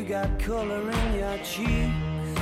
got color in your cheeks.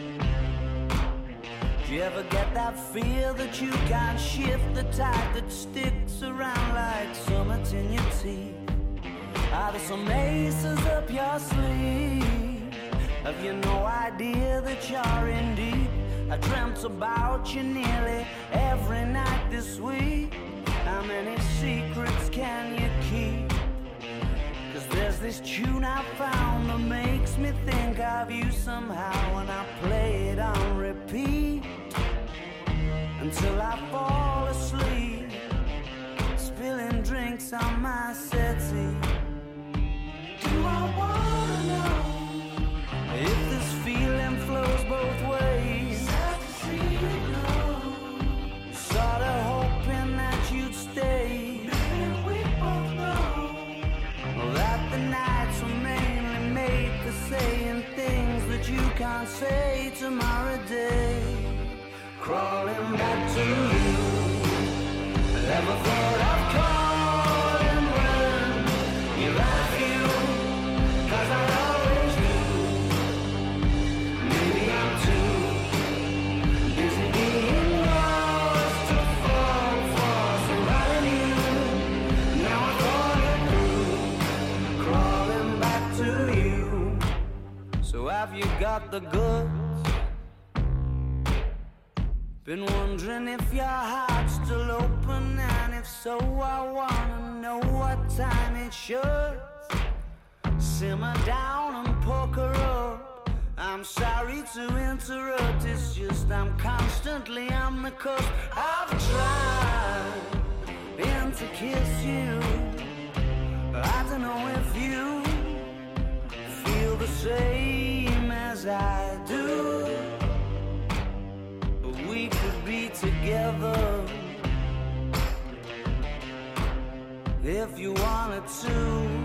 Do you ever get that feel that you can't shift, the tide that sticks around like summits in your teeth? Are there some aces up your sleeve? Have you no idea that you're in deep? I dreamt about you nearly every night this week. How many secrets can you keep? 'Cause there's this tune I found that makes me think of you somehow, and I play it on repeat until I fall asleep, spilling drinks on my settee. Do I wanna know if this feeling flows both ways? Sad to see you go. Sorta hoping that you'd stay. Maybe we both know that the nights were mainly made for saying things that you can't say tomorrow day. Crawling back to you. Never thought I'd calling when you left you, 'cause I always knew. Maybe I'm too busy being lost to fall for somebody new. Now I thought it through, crawling back to you. So have you got the goods? Been wondering if your heart's still open, and if so, I wanna know what time it should. Simmer down and poker up. I'm sorry to interrupt, it's just I'm constantly on the cusp. I've tried and to kiss you. I don't know if you feel the same as I do. We could be together if you wanted to.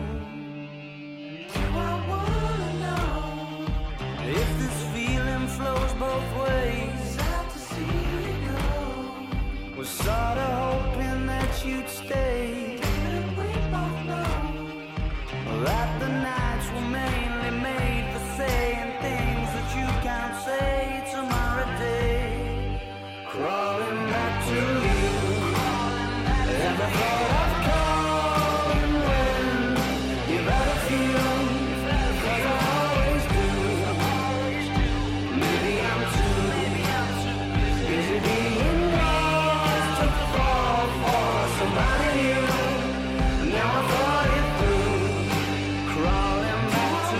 Do I wanna know if this feeling flows both ways? Sad to see you go. Was sorta hoping that you'd stay. And we both know that the nights were mainly made for saying things that you can't say tomorrow day. Crawling back to you. Never thought I'd call when you better feel, 'cause I always do. Maybe I'm too busy being lost to fall for somebody new. Now I thought it through, crawling back to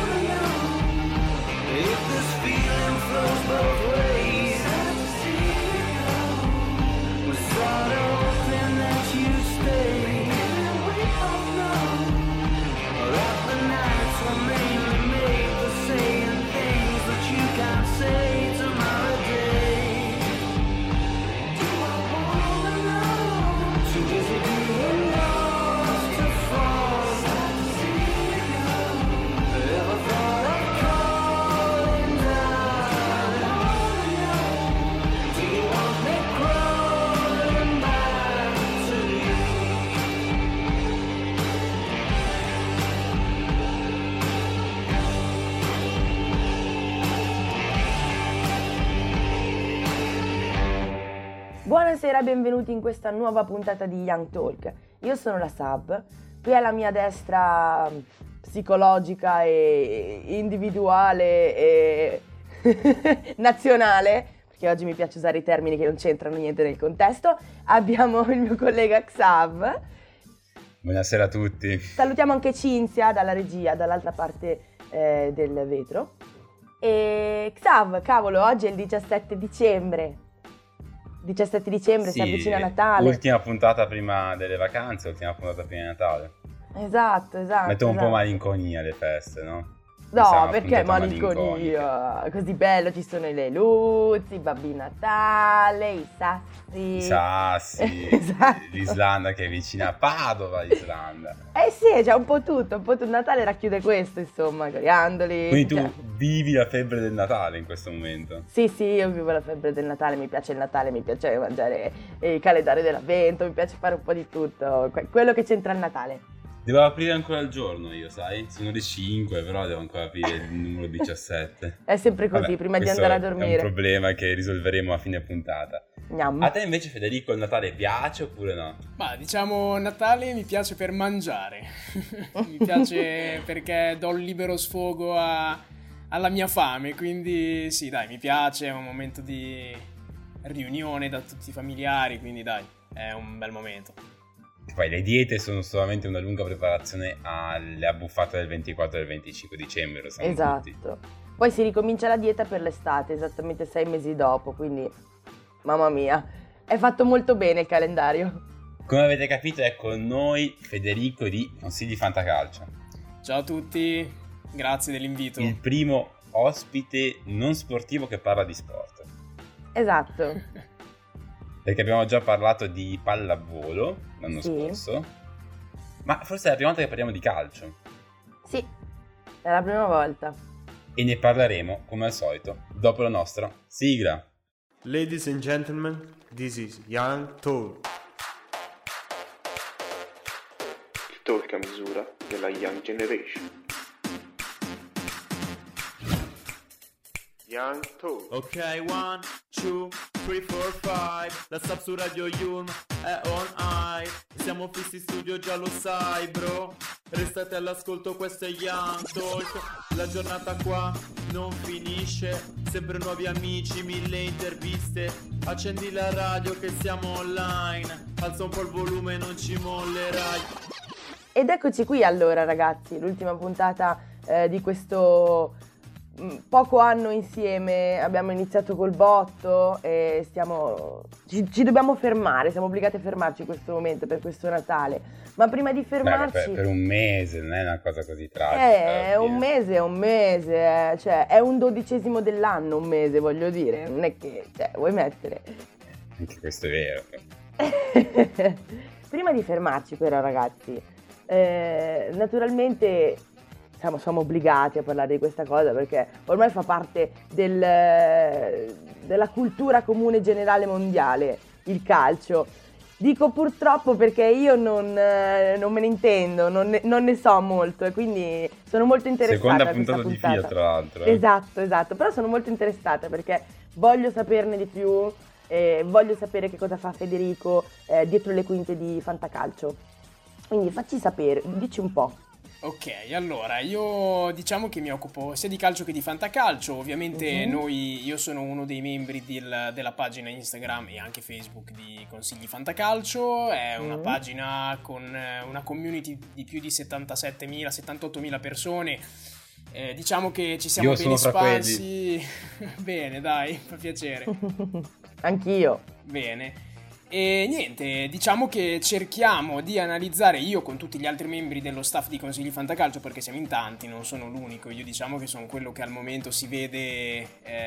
you. If this feeling flows both ways, Buonasera, benvenuti in questa nuova puntata di Young Talk. Io sono la Sab, qui alla mia destra psicologica e individuale e nazionale, perché oggi mi piace usare i termini che non c'entrano niente nel contesto, abbiamo il mio collega Xav. Buonasera a tutti. Salutiamo anche Cinzia dalla regia, dall'altra parte del vetro. E Xav, cavolo, oggi è il 17 dicembre. 17 dicembre, si avvicina Natale. Ultima puntata prima delle vacanze, ultima puntata prima di Natale. Esatto. Mettono un po' malinconia le feste, no? No, perché malinconia? Così bello, ci sono le luci, i Babbi Natale, i sassi. Esatto. L'Islanda che è vicina a Padova, l'Islanda. Sì, c'è un po' tutto. Natale racchiude questo, insomma, coriandoli. Quindi tu vivi la febbre del Natale in questo momento? Sì, io vivo la febbre del Natale, mi piace il Natale, mi piace mangiare il calendario dell'avvento, mi piace fare un po' di tutto, quello che c'entra il Natale. Devo aprire ancora il giorno io, sai? Sono le 5, però devo ancora aprire il numero 17. È sempre così, Vabbè, prima di questo andare a è un dormire. problema che risolveremo a fine puntata. Gnam. A te invece, Federico, il Natale piace oppure no? Ma diciamo Natale mi piace per mangiare. Mi piace perché do il libero sfogo alla mia fame, quindi sì, dai, mi piace, è un momento di riunione da tutti i familiari, quindi dai, è un bel momento. Poi le diete sono solamente una lunga preparazione alle abbuffate del 24 e del 25 dicembre, lo sanno tutti. Esatto. Poi si ricomincia la dieta per l'estate, esattamente 6 mesi dopo, quindi mamma mia, è fatto molto bene il calendario. Come avete capito è con noi Federico di Consigli Fantacalcio. Ciao a tutti, grazie dell'invito. Il primo ospite non sportivo che parla di sport. Esatto. Perché abbiamo già parlato di pallavolo l'anno scorso, ma forse è la prima volta che parliamo di calcio. Sì, è la prima volta. E ne parleremo, come al solito, dopo la nostra sigla. Ladies and gentlemen, this is Young Talk. Il talk a misura della Young Generation. Young Talk. Ok, 1, 2, 3, 4, 5. La sub su Radio Yulm è on air. Siamo fissi in studio, già lo sai, bro. Restate all'ascolto, questo è Young Talk. La giornata qua non finisce. Sempre nuovi amici, 1000 interviste. Accendi la radio che siamo online. Alza un po' il volume, non ci mollerai. Ed eccoci qui allora ragazzi, l'ultima puntata di questo poco anno insieme. Abbiamo iniziato col botto e ci dobbiamo fermare, siamo obbligati a fermarci in questo momento per questo Natale. Ma prima di fermarci... Per un mese, non è una cosa così tragica. È un mese, cioè è un 12° dell'anno, un mese, voglio dire, non è che, vuoi mettere... Anche questo è vero. Prima di fermarci però ragazzi, naturalmente siamo obbligati a parlare di questa cosa perché ormai fa parte della cultura comune generale mondiale, il calcio. Dico purtroppo perché io non me ne intendo, non ne so molto e quindi sono molto interessata. Seconda a questa puntata di fila, tra l'altro. Esatto, però sono molto interessata perché voglio saperne di più e voglio sapere che cosa fa Federico dietro le quinte di Fantacalcio. Quindi facci sapere, dici un po'. Ok, allora io diciamo che mi occupo sia di calcio che di fantacalcio. Ovviamente io sono uno dei membri della pagina Instagram e anche Facebook di Consigli Fantacalcio. È una pagina con una community di più di 77.000, 78.000 persone. Diciamo che ci siamo ben espansi. Bene, dai, fa piacere. Anch'io. Bene. E niente, diciamo che cerchiamo di analizzare, io con tutti gli altri membri dello staff di Consigli Fantacalcio, perché siamo in tanti, non sono l'unico, io diciamo che sono quello che al momento si vede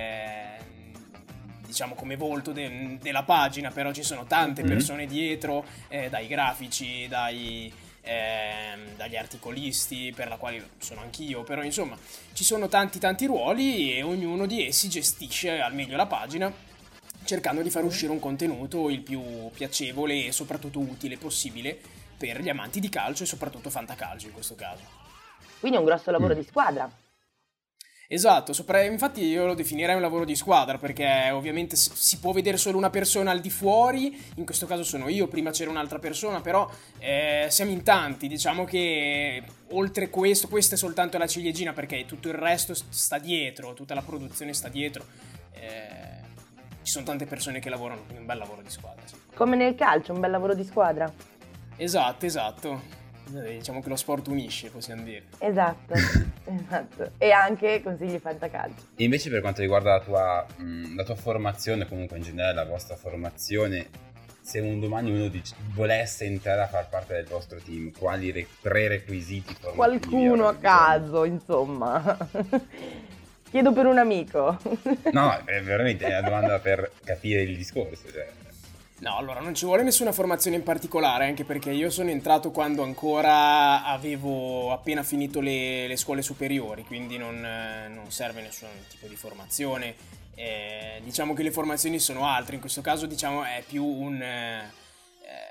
diciamo come volto della pagina, però ci sono tante persone dietro, dai grafici, dagli articolisti, per la quale sono anch'io, però insomma ci sono tanti ruoli e ognuno di essi gestisce al meglio la pagina, cercando di far uscire un contenuto il più piacevole e soprattutto utile possibile per gli amanti di calcio e soprattutto fantacalcio in questo caso. Quindi è un grosso lavoro di squadra. Esatto, infatti io lo definirei un lavoro di squadra perché ovviamente si può vedere solo una persona al di fuori, in questo caso sono io, prima c'era un'altra persona, però siamo in tanti, diciamo che oltre questo, questa è soltanto la ciliegina perché tutto il resto sta dietro, tutta la produzione sta dietro. Ci sono tante persone che lavorano, quindi un bel lavoro di squadra. Sì. Come nel calcio, un bel lavoro di squadra. Esatto. Diciamo che lo sport unisce, possiamo dire. Esatto. E anche Consigli Fantacalcio. E invece per quanto riguarda la tua formazione, comunque in generale la vostra formazione, se un domani uno volesse entrare a far parte del vostro team, quali prerequisiti formativi? Qualcuno a caso, insomma. Chiedo per un amico. No, veramente è una domanda per capire il discorso. Cioè. No, allora non ci vuole nessuna formazione in particolare, anche perché io sono entrato quando ancora avevo appena finito le scuole superiori, quindi non serve nessun tipo di formazione. Diciamo che le formazioni sono altre, in questo caso diciamo è più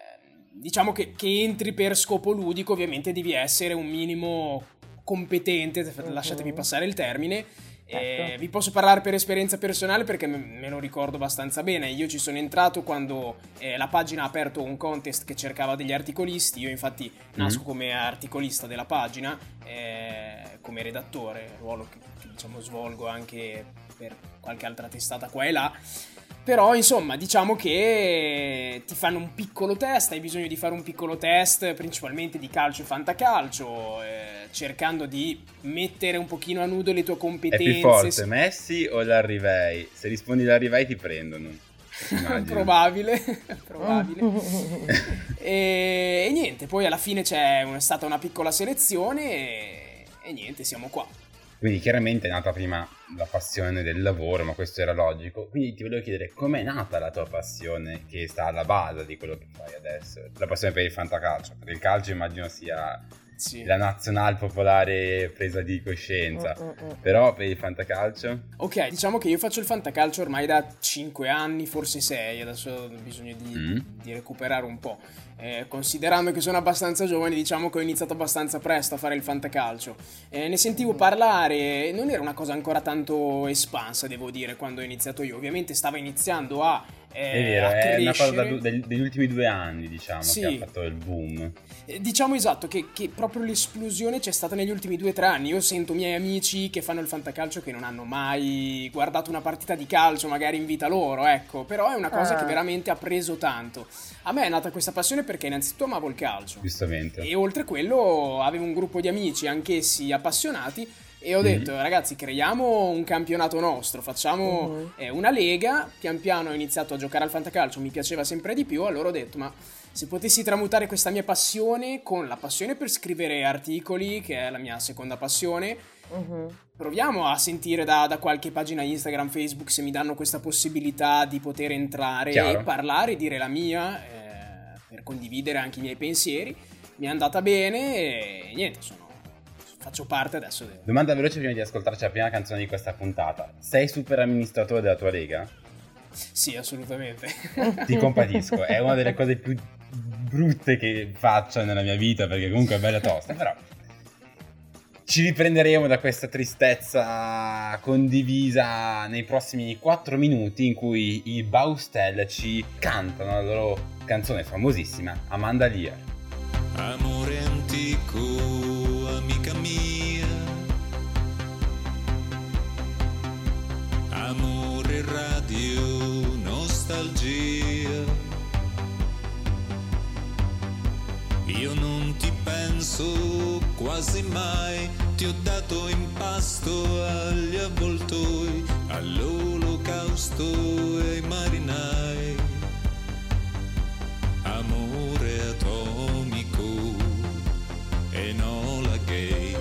diciamo che entri per scopo ludico, ovviamente devi essere un minimo competente, lasciatemi passare il termine. Certo. Vi posso parlare per esperienza personale perché me lo ricordo abbastanza bene. Io ci sono entrato quando la pagina ha aperto un contest che cercava degli articolisti. Io infatti nasco come articolista della pagina, come redattore, ruolo che diciamo svolgo anche per qualche altra testata qua e là. Però insomma diciamo che ti fanno un piccolo test, hai bisogno di fare un piccolo test principalmente di calcio e fantacalcio, cercando di mettere un pochino a nudo le tue competenze. È più forte Messi o Larrivei? Se rispondi Larrivei ti prendono. Probabile. E niente, poi alla fine è stata una piccola selezione e niente, siamo qua. Quindi chiaramente è nata prima la passione del lavoro, ma questo era logico. Quindi ti volevo chiedere com'è nata la tua passione che sta alla base di quello che fai adesso? La passione per il fantacalcio, per il calcio immagino sia la nazionale popolare presa di coscienza, però per il fantacalcio? Ok, diciamo che io faccio il fantacalcio ormai da 5 anni, forse 6, adesso ho bisogno di recuperare un po'. Considerando che sono abbastanza giovane, diciamo che ho iniziato abbastanza presto a fare il fantacalcio. Ne sentivo parlare, non era una cosa ancora tanto espansa, devo dire, quando ho iniziato io. Ovviamente stava iniziando a è vero, è una cosa degli ultimi 2 anni, diciamo, sì, che ha fatto il boom. Diciamo esatto, che proprio l'esplosione c'è stata negli ultimi 2 o 3 anni. Io sento miei amici che fanno il fantacalcio che non hanno mai guardato una partita di calcio, magari in vita loro, ecco. Però è una cosa che veramente ha preso tanto. A me è nata questa passione perché innanzitutto amavo il calcio. Giustamente. E oltre quello avevo un gruppo di amici, anch'essi appassionati, e ho detto, ragazzi, creiamo un campionato nostro, facciamo una lega. Pian piano ho iniziato a giocare al fantacalcio, mi piaceva sempre di più, allora ho detto, ma se potessi tramutare questa mia passione con la passione per scrivere articoli, che è la mia seconda passione, proviamo a sentire da qualche pagina Instagram, Facebook, se mi danno questa possibilità di poter entrare e parlare, dire la mia, per condividere anche i miei pensieri. Mi è andata bene e niente, faccio parte adesso. Domanda veloce prima di ascoltarci la prima canzone di questa puntata. Sei super amministratore della tua lega? Sì, assolutamente. Ti compatisco, è una delle cose più brutte che faccio nella mia vita, perché comunque è bella tosta, però ci riprenderemo da questa tristezza condivisa nei prossimi 4 minuti in cui i Baustelle ci cantano la loro canzone famosissima, Amanda Lear. Amore antico, amica mia, amore radio, nostalgia. Io non ti penso quasi mai, ti ho dato in pasto agli avvoltoi, all'olocausto e ai marinai. Amore atomico e Enola Gay.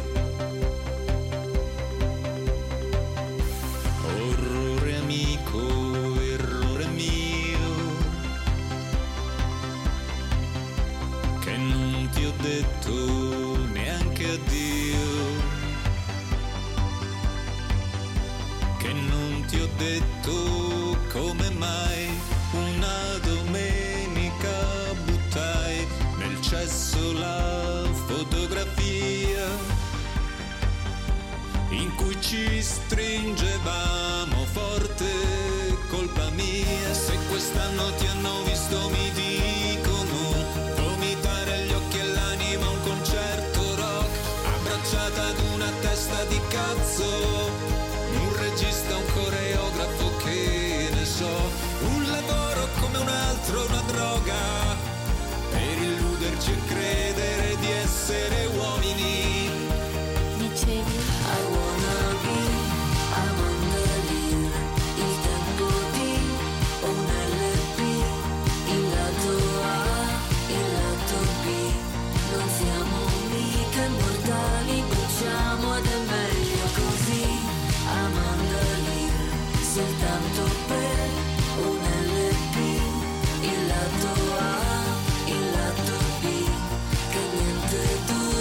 Orrore amico, errore mio, che non ti ho detto neanche addio, che non ti ho detto come mai una domenica buttai nel cesso la fotografia in cui ci stringevamo forte, colpa mia. Se quest'anno ti hanno visto mi dicono vomitare gli occhi e l'anima a un concerto rock, abbracciata ad una testa di cazzo, un regista, un coreografo, che ne so, un lavoro come un altro, una droga, per illuderci e credere di essere uomini. Dicevi I wanna be Amanda Lear, il tempo di un LP, il lato A, il lato B, non siamo mica immortali, bruciamo ed è meglio così. Amanda Lear, soltanto per un LP, il lato A, il lato B, che niente dura.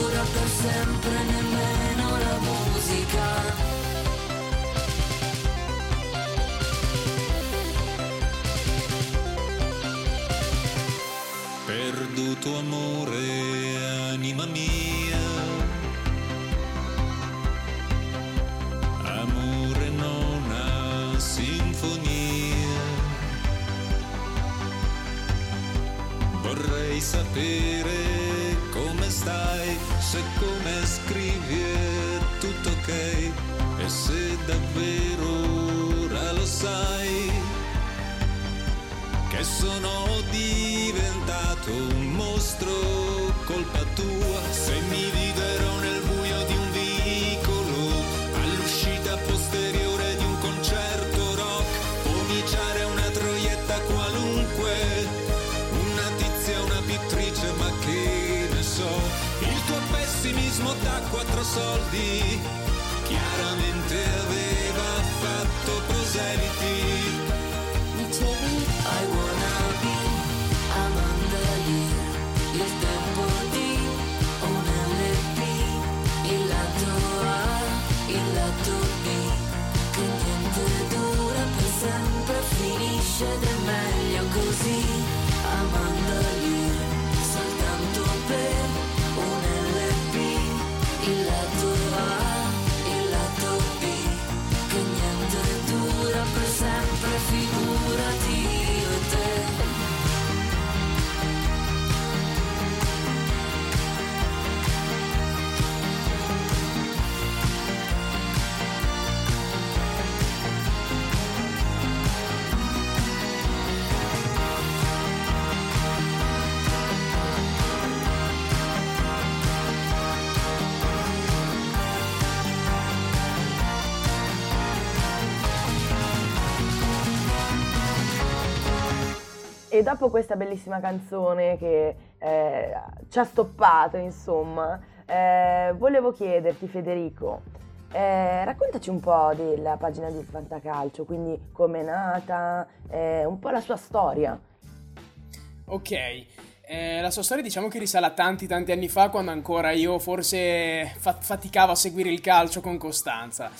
vorrei sapere come stai, se come scrivi è tutto ok, e se davvero ora lo sai che sono diventato un mostro, colpa tua, se mi vivrò nel buio di un vicolo, all'uscita posteriore di un concerto rock, pomiciare una troietta qualunque, una tizia, una pittrice, ma che ne so, il tuo pessimismo da 4 soldi, chiaramente aveva fatto proseliti. Dicevi I wanna be Amanda Lear, il tempo di un LP, il lato A, il lato B, che niente dura per sempre, finisce ed è meglio così. Amanda Lear, soltanto per un LP, il lato A, il lato B, che niente dura per sempre, figurati io e te. E dopo questa bellissima canzone che ci ha stoppato, insomma, volevo chiederti, Federico, raccontaci un po' della pagina di Fantacalcio, quindi com'è nata, un po' la sua storia. Ok, la sua storia diciamo che risale a tanti anni fa, quando ancora io forse faticavo a seguire il calcio con costanza.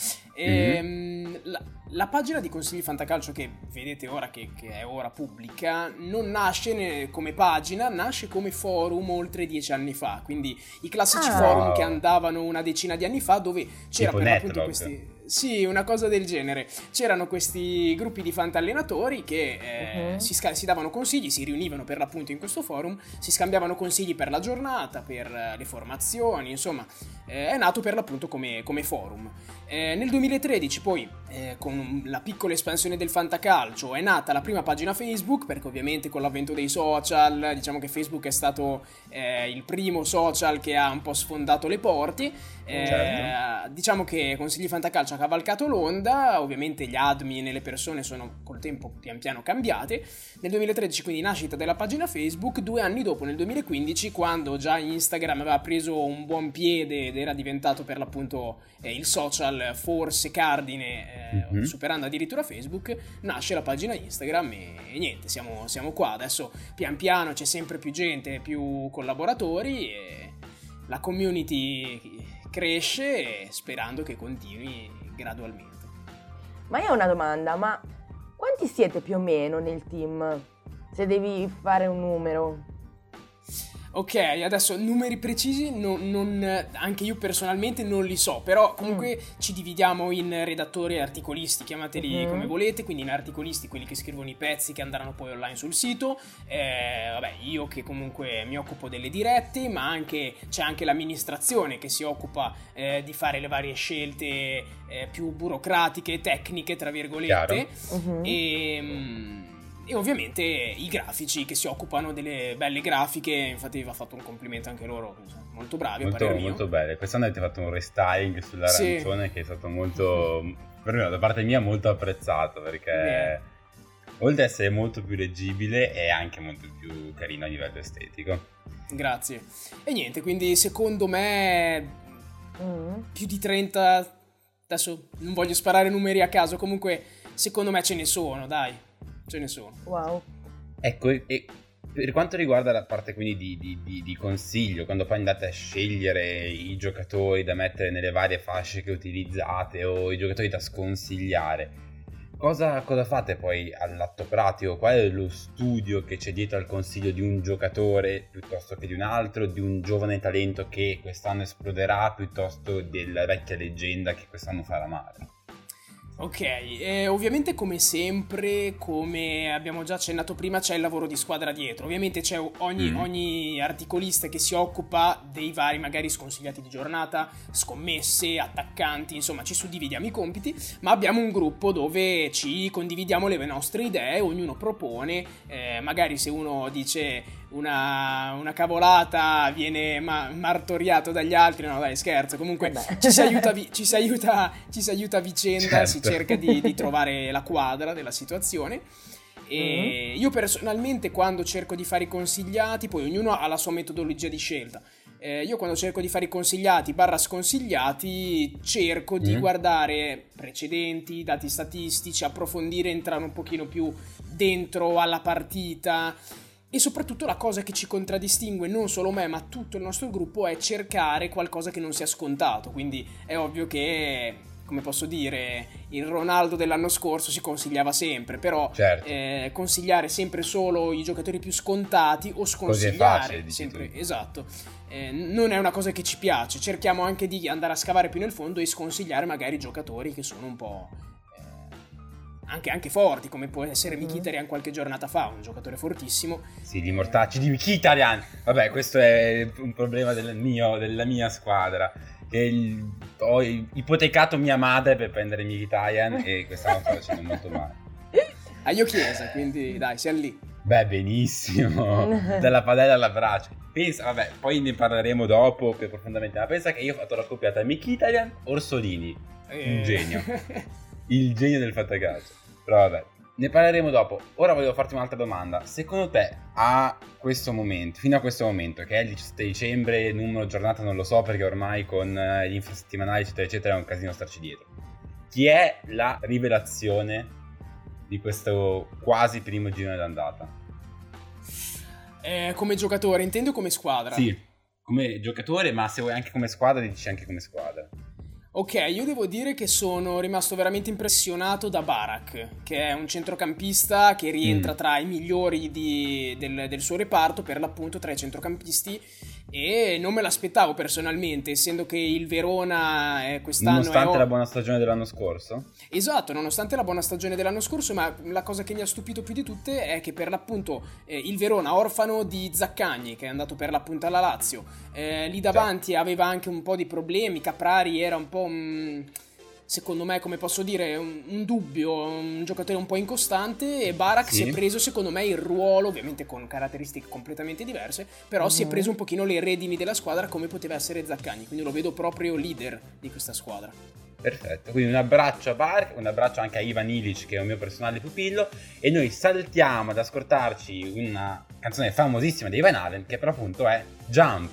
La pagina di Consigli Fantacalcio che vedete ora, che è ora pubblica, non nasce come pagina, nasce come forum oltre 10 anni fa, quindi i classici forum che andavano una decina di anni fa, dove c'era tipo per l'appunto Netlog. questi... Sì, una cosa del genere. C'erano questi gruppi di fantallenatori che si davano consigli, si riunivano per l'appunto in questo forum, si scambiavano consigli per la giornata, per le formazioni, insomma, è nato per l'appunto come forum. Nel 2013 poi, con la piccola espansione del fantacalcio, è nata la prima pagina Facebook, perché ovviamente con l'avvento dei social, diciamo che Facebook è stato il primo social che ha un po' sfondato le porte. Certo. Diciamo che Consigli Fantacalcio ha cavalcato l'onda, ovviamente gli admin e le persone sono col tempo pian piano cambiate. Nel 2013 quindi nascita della pagina Facebook, 2 anni dopo nel 2015, quando già Instagram aveva preso un buon piede ed era diventato per l'appunto il social forse cardine, superando addirittura Facebook, nasce la pagina Instagram e niente, siamo qua. Adesso pian piano c'è sempre più gente, più collaboratori e la community cresce, sperando che continui gradualmente. Ma io ho una domanda, ma quanti siete più o meno nel team? Se devi fare un numero. Ok, adesso numeri precisi anche io personalmente non li so, però comunque ci dividiamo in redattori e articolisti, chiamateli come volete, quindi in articolisti quelli che scrivono i pezzi che andranno poi online sul sito, io che comunque mi occupo delle dirette, ma c'è anche l'amministrazione che si occupa di fare le varie scelte più burocratiche, tecniche, tra virgolette, e ovviamente i grafici che si occupano delle belle grafiche. Infatti va fatto un complimento anche loro, molto bravi a parer mio. Molto bene. Quest'anno avete fatto un restyling sull'arancione che è stato molto, per me, da parte mia, molto apprezzato, perché oltre ad essere molto più leggibile è anche molto più carino a livello estetico. Grazie. E niente, quindi secondo me più di 30, adesso non voglio sparare numeri a caso, comunque secondo me ce ne sono, dai. Ce ne sono. Wow. Ecco, e per quanto riguarda la parte quindi di consiglio, quando poi andate a scegliere i giocatori da mettere nelle varie fasce che utilizzate o i giocatori da sconsigliare, cosa fate poi all'atto pratico? Qual è lo studio che c'è dietro al consiglio di un giocatore piuttosto che di un altro, di un giovane talento che quest'anno esploderà piuttosto della vecchia leggenda che quest'anno farà male? Ok, ovviamente come sempre, come abbiamo già accennato prima, c'è il lavoro di squadra dietro. Ovviamente c'è ogni articolista che si occupa dei vari magari sconsigliati di giornata, scommesse, attaccanti, insomma ci suddividiamo i compiti, ma abbiamo un gruppo dove ci condividiamo le nostre idee, ognuno propone, magari se uno dice una cavolata viene martoriato dagli altri, no dai scherzo, comunque ci si aiuta a vicenda, certo. Si cerca di trovare la quadra della situazione. E io personalmente quando cerco di fare i consigliati, poi ognuno ha la sua metodologia di scelta, io quando cerco di fare i consigliati / sconsigliati cerco di guardare precedenti, dati statistici, approfondire, entrare un pochino più dentro alla partita. E soprattutto la cosa che ci contraddistingue non solo me ma tutto il nostro gruppo è cercare qualcosa che non sia scontato. Quindi è ovvio che, come posso dire, il Ronaldo dell'anno scorso si consigliava sempre, però certo. Consigliare sempre solo i giocatori più scontati o sconsigliare facile, sempre, esatto, non è una cosa che ci piace. Cerchiamo anche di andare a scavare più nel fondo e sconsigliare magari giocatori che sono un po' anche forti, come può essere Mkhitaryan qualche giornata fa, un giocatore fortissimo. Sì, gli mortacci di Mkhitaryan. Vabbè, questo è un problema della mia squadra. Che ho ipotecato mia madre per prendere Mkhitaryan e quest'anno sto facendo molto male. Io Chiesa, quindi dai, siamo lì. Beh, benissimo. Dalla padella alla braccia. Pensa, vabbè, poi ne parleremo dopo più profondamente. Ma pensa che io ho fatto la coppiata Mkhitaryan-Orsolini. Un genio. Il genio del fantacalcio. Però vabbè, ne parleremo dopo. Ora volevo farti un'altra domanda. Secondo te, fino a questo momento, che è il 17 dicembre, numero giornata non lo so perché ormai con gli infrasettimanali eccetera eccetera è un casino starci dietro, chi è la rivelazione di questo quasi primo girone d'andata? Come giocatore, intendo come squadra? Sì, come giocatore, ma se vuoi anche come squadra, dici anche come squadra. Ok, io devo dire che sono rimasto veramente impressionato da Barak, che è un centrocampista che rientra tra i migliori del suo reparto, per l'appunto tra i centrocampisti, e non me l'aspettavo personalmente, essendo che il Verona quest'anno nonostante la buona stagione dell'anno scorso? Esatto, nonostante la buona stagione dell'anno scorso, ma la cosa che mi ha stupito più di tutte è che per l'appunto il Verona, orfano di Zaccagni, che è andato per l'appunto alla Lazio, lì davanti aveva anche un po' di problemi, Caprari era un po' secondo me, come posso dire, un dubbio, un giocatore un po' incostante, e Barak si è preso secondo me il ruolo, ovviamente con caratteristiche completamente diverse, però si è preso un pochino le redini della squadra come poteva essere Zaccagni, quindi lo vedo proprio leader di questa squadra. Perfetto, quindi un abbraccio a Barak, un abbraccio anche a Ivan Ilic, che è un mio personale pupillo, e noi saltiamo ad ascoltarci una canzone famosissima di Van Halen che per appunto è Jump.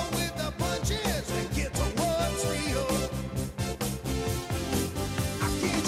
I can't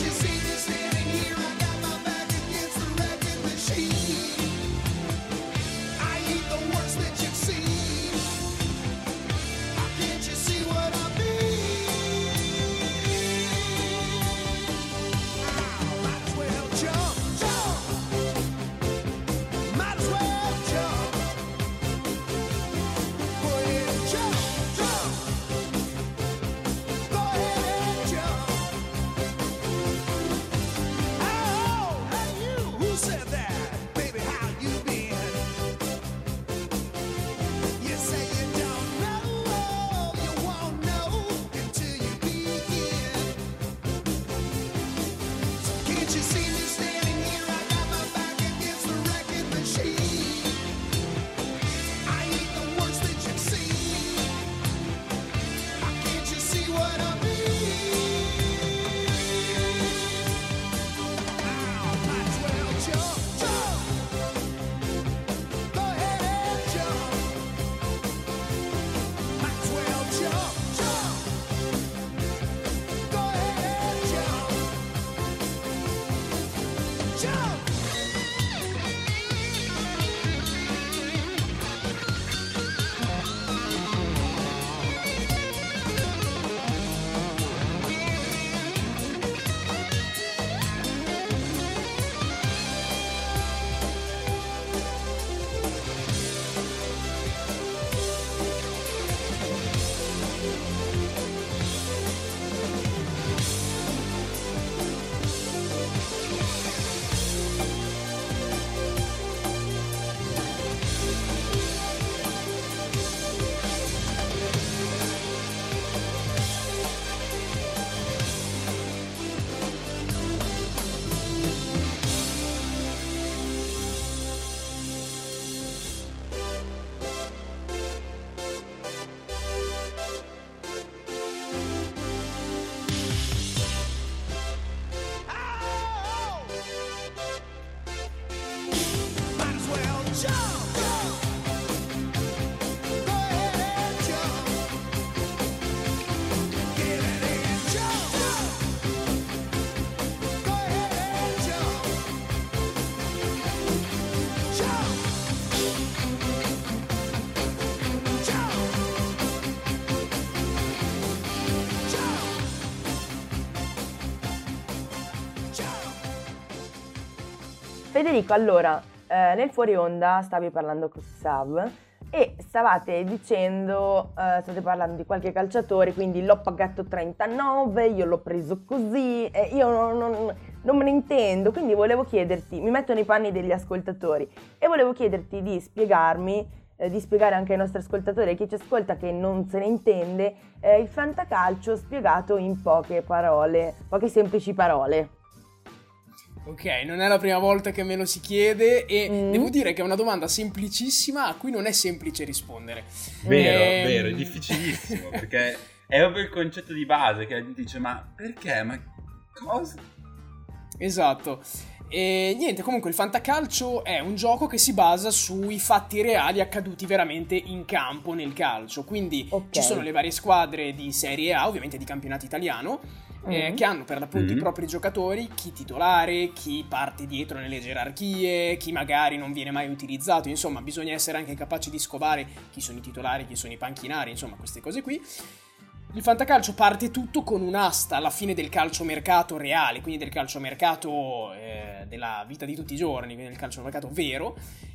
Federico, allora, nel fuori onda stavi parlando con Sav e stavate dicendo, state parlando di qualche calciatore, quindi l'ho pagato 39, io l'ho preso così, io non me ne intendo, quindi volevo chiederti, mi metto nei panni degli ascoltatori e volevo chiederti di spiegarmi, di spiegare anche ai nostri ascoltatori e chi ci ascolta che non se ne intende, il fantacalcio spiegato in poche parole, poche semplici parole. Ok, non è la prima volta che me lo si chiede e devo dire che è una domanda semplicissima a cui non è semplice rispondere. Vero, è difficilissimo perché è proprio il concetto di base che dice ma perché, ma cosa? Esatto. E niente, comunque il fantacalcio è un gioco che si basa sui fatti reali accaduti veramente in campo nel calcio, quindi ci sono le varie squadre di Serie A, ovviamente di campionato italiano, che hanno per l'appunto i propri giocatori, chi titolare, chi parte dietro nelle gerarchie, chi magari non viene mai utilizzato, insomma bisogna essere anche capaci di scovare chi sono i titolari, chi sono i panchinari, insomma queste cose qui. Il fantacalcio parte tutto con un'asta alla fine del calciomercato reale, quindi del calciomercato della vita di tutti i giorni, quindi del calciomercato vero.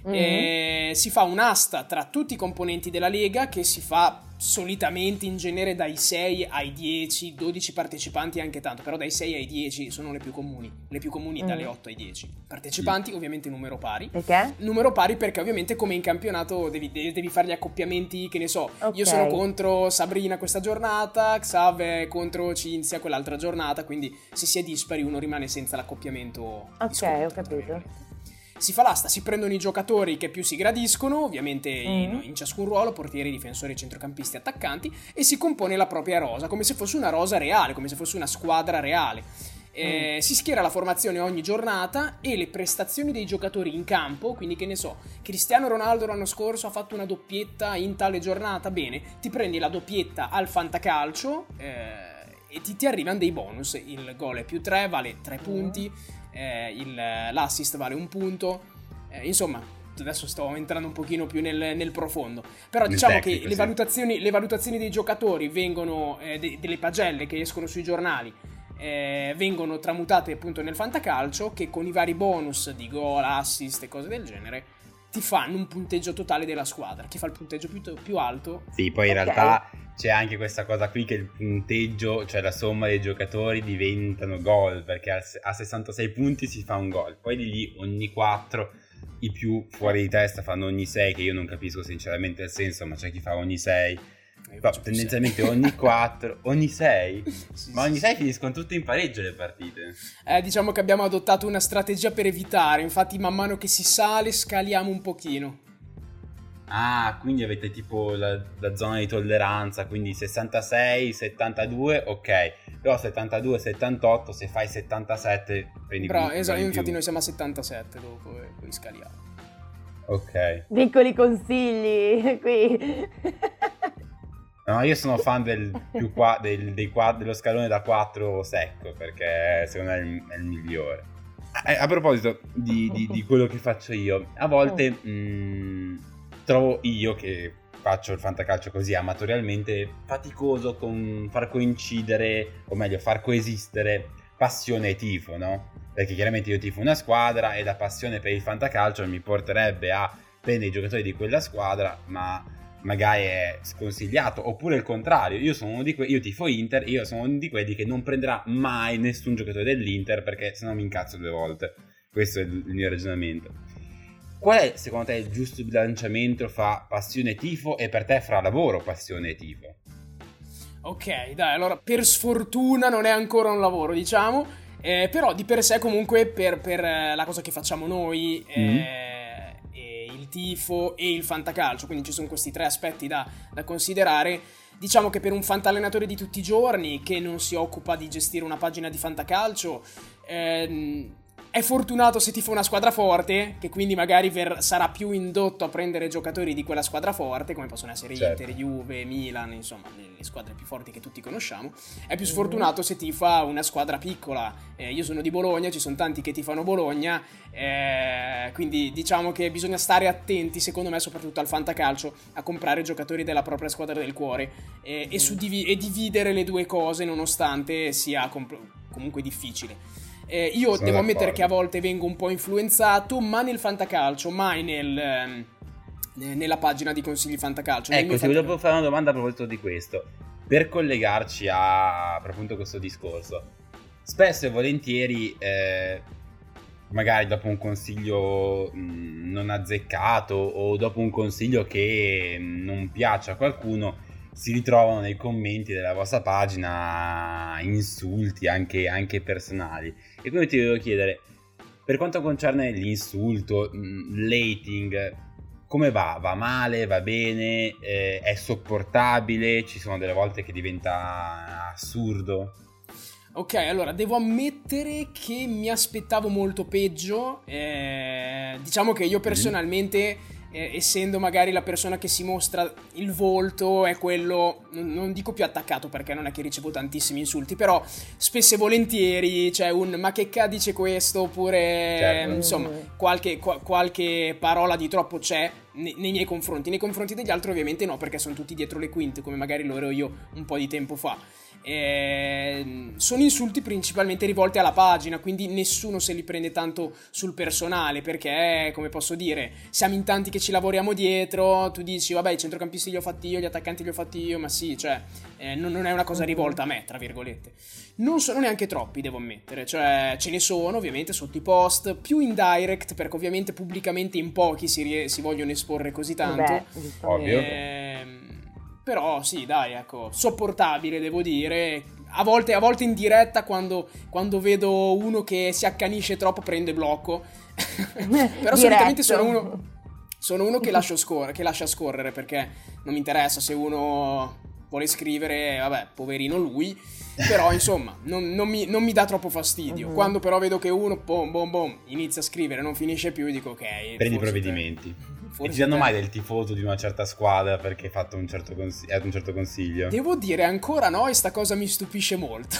Si fa un'asta tra tutti i componenti della lega che si fa solitamente in genere dai 6 ai 10, 12 partecipanti anche tanto, però dai 6 ai 10 sono le più comuni dalle 8 ai 10 partecipanti, ovviamente numero pari. Perché? Numero pari perché ovviamente come in campionato devi fare gli accoppiamenti, che ne so, io sono contro Sabrina questa giornata, Xav è contro Cinzia quell'altra giornata, quindi se si è dispari uno rimane senza l'accoppiamento. Ok, ho capito. Si fa l'asta, si prendono i giocatori che più si gradiscono, ovviamente in ciascun ruolo, portieri, difensori, centrocampisti, attaccanti, e si compone la propria rosa, come se fosse una rosa reale, come se fosse una squadra reale. Si schiera la formazione ogni giornata e le prestazioni dei giocatori in campo, quindi che ne so, Cristiano Ronaldo l'anno scorso ha fatto una doppietta in tale giornata, bene, ti prendi la doppietta al fantacalcio e ti arrivano dei bonus, il gol è più 3, vale 3 punti, l'assist vale 1 punto, insomma adesso sto entrando un pochino più nel profondo, però diciamo tecnico, che le valutazioni dei giocatori vengono delle pagelle che escono sui giornali, vengono tramutate appunto nel fantacalcio, che con i vari bonus di gol, assist e cose del genere ti fanno un punteggio totale della squadra. Chi fa il punteggio più alto. Sì, poi in realtà c'è anche questa cosa qui che il punteggio, cioè la somma dei giocatori, diventano gol, perché a 66 punti si fa un gol, poi di lì ogni 4 i più fuori di testa fanno ogni 6, che io non capisco sinceramente il senso, ma c'è chi fa ogni 6. Tendenzialmente ogni 4, ogni 6, ma ogni 6 finiscono tutte in pareggio le partite. Diciamo che abbiamo adottato una strategia per evitare, infatti man mano che si sale scaliamo un pochino. Ah, quindi avete tipo la zona di tolleranza, quindi 66, 72, ok, però 72, 78, se fai 77 prendi però esatto, infatti noi siamo a 77 dopo e poi scaliamo. Ok. Piccoli consigli qui. No, io sono fan dello scalone da 4 secco, perché secondo me è il migliore. A proposito di quello che faccio io, a volte trovo io che faccio il fantacalcio così amatorialmente faticoso con far coincidere, o meglio far coesistere passione e tifo, no? Perché chiaramente io tifo una squadra e la passione per il fantacalcio mi porterebbe a prendere i giocatori di quella squadra, ma magari è sconsigliato, oppure il contrario, io tifo Inter, io sono uno di quelli che non prenderà mai nessun giocatore dell'Inter perché sennò mi incazzo 2 volte. Questo è il mio ragionamento. Qual è secondo te il giusto bilanciamento fra passione e tifo, e per te fra lavoro, passione e tifo? Ok, dai, allora per sfortuna non è ancora un lavoro, diciamo, però di per sé comunque per la cosa che facciamo noi, il tifo e il fantacalcio, quindi ci sono questi 3 aspetti da considerare. Diciamo che per un fantallenatore di tutti i giorni che non si occupa di gestire una pagina di fantacalcio, è fortunato se tifa una squadra forte, che quindi magari sarà più indotto a prendere giocatori di quella squadra forte, come possono essere Inter, Juve, Milan, insomma, le squadre più forti che tutti conosciamo. È più sfortunato se tifa una squadra piccola. Io sono di Bologna, ci sono tanti che tifano Bologna, quindi diciamo che bisogna stare attenti, secondo me, soprattutto al fantacalcio, a comprare giocatori della propria squadra del cuore e dividere le due cose, nonostante sia comunque difficile. Io Sono devo ammettere d'accordo. che a volte vengo un po' influenzato, ma nel fantacalcio, mai nella pagina di consigli fantacalcio. Nel Ecco, mio ti volevo fare una domanda a proposito di questo. Per collegarci a appunto questo discorso, spesso e volentieri, magari dopo un consiglio non azzeccato o dopo un consiglio che non piace a qualcuno, si ritrovano nei commenti della vostra pagina insulti anche personali. E quindi ti volevo chiedere, per quanto concerne l'insulto, l'hating, come va? Va male? Va bene? È sopportabile? Ci sono delle volte che diventa assurdo? Ok, allora devo ammettere che mi aspettavo molto peggio. Diciamo che io personalmente, essendo magari la persona che si mostra il volto, è quello, non dico più attaccato perché non è che ricevo tantissimi insulti, però spesso e volentieri c'è ma che dice questo, oppure Certo. insomma qualche parola di troppo c'è nei miei confronti. Nei confronti degli altri ovviamente no, perché sono tutti dietro le quinte, come magari lo ero io un po' di tempo fa. Sono insulti principalmente rivolti alla pagina, quindi nessuno se li prende tanto sul personale, perché, come posso dire, siamo in tanti che ci lavoriamo dietro. Tu dici vabbè, i centrocampisti li ho fatti io, gli attaccanti li ho fatti io, ma sì, cioè non è una cosa rivolta a me, tra virgolette. Non sono neanche troppi, devo ammettere, cioè ce ne sono ovviamente sotto i post, più in direct, perché ovviamente pubblicamente in pochi si vogliono esporre così tanto. Beh, giustamente. Però sì, dai, ecco, sopportabile, devo dire. A volte in diretta, quando vedo uno che si accanisce troppo, prendo e blocco. Però solitamente sono uno che lascia scorrere, perché non mi interessa se uno vuole scrivere, vabbè, poverino lui. Però insomma, non mi dà troppo fastidio. Quando però vedo che uno inizia a scrivere e non finisce più, dico ok, Prendi provvedimenti. E ti danno mai del tifoso di una certa squadra perché hai fatto un certo consiglio? Devo dire ancora no, e sta cosa mi stupisce molto.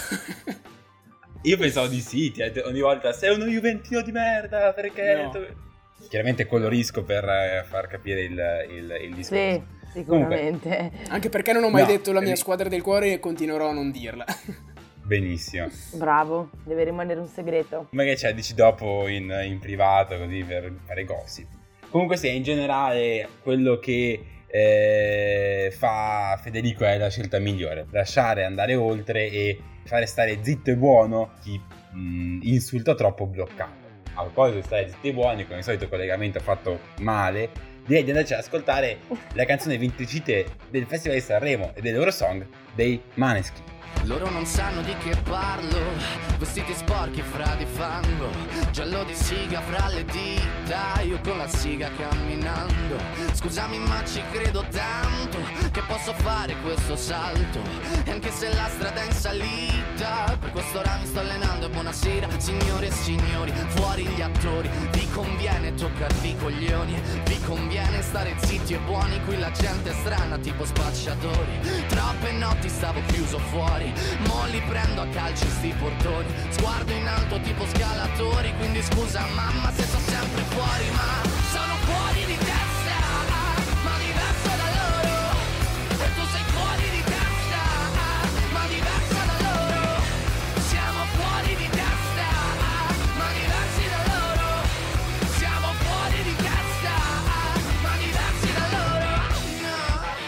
Io pensavo di sì, ogni volta sei uno juventino di merda perché... No. Chiaramente colorisco per far capire il discorso. Sì, sicuramente. Anche perché non ho mai No, detto la mia squadra del cuore e continuerò a non dirla. Benissimo. Bravo, deve rimanere un segreto. Magari dici dopo in privato, così per fare gossip. Comunque sì, in generale quello che fa Federico è la scelta migliore. Lasciare andare oltre e fare stare zitto e buono chi insulta troppo, bloccato. A proposito di stare zitti e buoni, con il solito collegamento fatto male, direi di andarci ad ascoltare la canzone vincitrice del Festival di Sanremo e dell'Eurosong dei Maneskin. Loro non sanno di che parlo, vestiti sporchi fra di fango, giallo di siga fra le dita, io con la siga camminando. Scusami ma ci credo tanto, che posso fare questo salto, e anche se la strada è in salita, per quest'ora mi sto allenando e buonasera signore e signori, fuori gli attori, vi conviene toccarvi i coglioni, vi conviene stare zitti e buoni, qui la gente è strana tipo spacciatori, troppe notti stavo chiuso fuori, mo li prendo a calci sti portoni, sguardo in alto tipo scalatori, quindi scusa mamma se sto sempre fuori, ma sono fuori di testa, ma diverso da loro, e tu sei fuori di testa, ma diversa da loro, siamo fuori di testa, ma diversi da loro, siamo fuori di testa, ma diversi da loro, no.